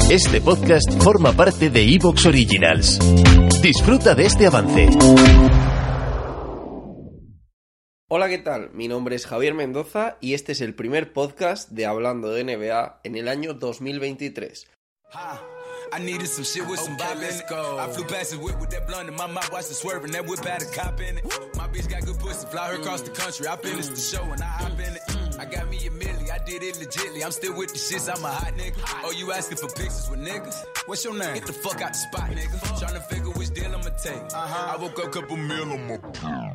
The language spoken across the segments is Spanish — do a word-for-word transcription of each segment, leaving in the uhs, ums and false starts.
Este podcast forma parte de iVoox Originals. Disfruta de este avance. Hola, ¿qué tal? Mi nombre es Javier Mendoza y este es el primer podcast de Hablando de N B A en el año dos mil veintitrés. I needed some shit with some bop in it. I flew past the whip with that blunt in my mouth, watched it swerving. That whip had a cop in it. My bitch got good pussy, fly her across the country. I finished the show and I hop in it. I got me a milli, I did it legitly. I'm still with the shits, I'm a hot nigga. Oh, you asking for pictures with niggas? What's your name? Get the fuck out the spot, nigga. Tryna figure which deal I'ma take. I woke up couple mil on my...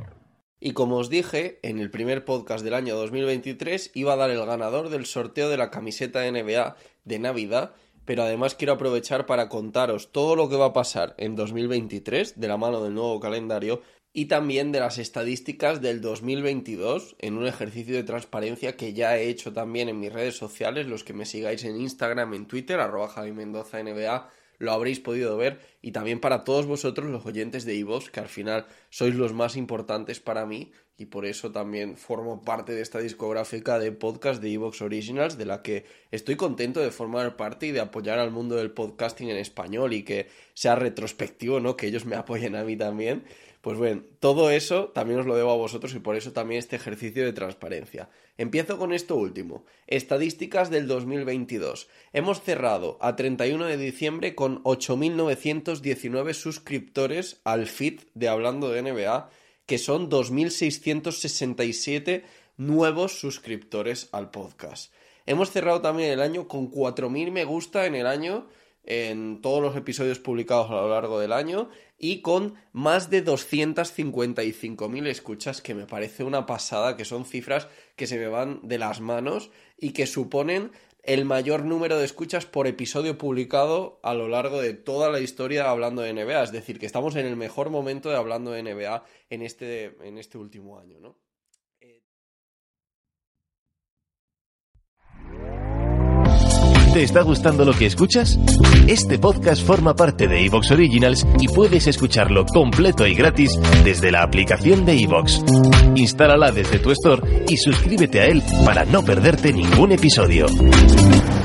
Y como os dije, en el primer podcast del año dos mil veintitrés iba a dar el ganador del sorteo de la camiseta de N B A de Navidad, pero además quiero aprovechar para contaros todo lo que va a pasar en dos mil veintitrés de la mano del nuevo calendario y también de las estadísticas del dos mil veintidós en un ejercicio de transparencia que ya he hecho también en mis redes sociales. Los que me sigáis en Instagram, en Twitter, arroba Javi Mendoza N B A, lo habréis podido ver, y también para todos vosotros los oyentes de iVoox, que al final sois los más importantes para mí y por eso también formo parte de esta discográfica de podcast de iVoox Originals, de la que estoy contento de formar parte y de apoyar al mundo del podcasting en español y que sea retrospectivo, ¿no? Que ellos me apoyen a mí también. Pues bueno, todo eso también os lo debo a vosotros y por eso también este ejercicio de transparencia. Empiezo con esto último. Estadísticas del dos mil veintidós. Hemos cerrado a treinta y uno de diciembre con ocho mil novecientos diecinueve suscriptores al feed de Hablando de N B A, que son dos mil seiscientos sesenta y siete nuevos suscriptores al podcast. Hemos cerrado también el año con cuatro mil me gusta en el año, en todos los episodios publicados a lo largo del año, y con más de doscientas cincuenta y cinco mil escuchas, que me parece una pasada, que son cifras que se me van de las manos y que suponen el mayor número de escuchas por episodio publicado a lo largo de toda la historia de Hablando de N B A. Es decir, que estamos en el mejor momento de Hablando de N B A en este, en este último año, ¿no? ¿Te está gustando lo que escuchas? Este podcast forma parte de iVoox Originals y puedes escucharlo completo y gratis desde la aplicación de iVoox. Instálala desde tu store y suscríbete a él para no perderte ningún episodio.